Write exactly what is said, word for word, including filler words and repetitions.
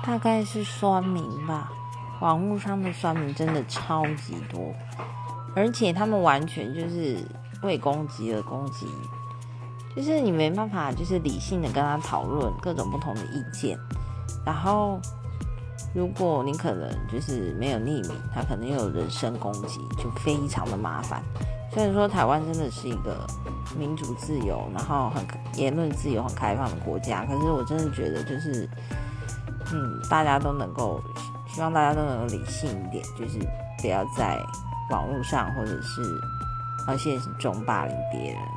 大概是酸民吧，网络上的酸民真的超级多，而且他们完全就是为攻击而攻击，就是你没办法就是理性的跟他讨论各种不同的意见，然后如果你可能就是没有匿名，他可能又有人身攻击，就非常的麻烦。虽然说台湾真的是一个民主自由，然后很言论自由很开放的国家，可是我真的觉得就是嗯，大家都能够希望大家都能够理性一点，就是不要在网络上或者是而现实中霸凌别人。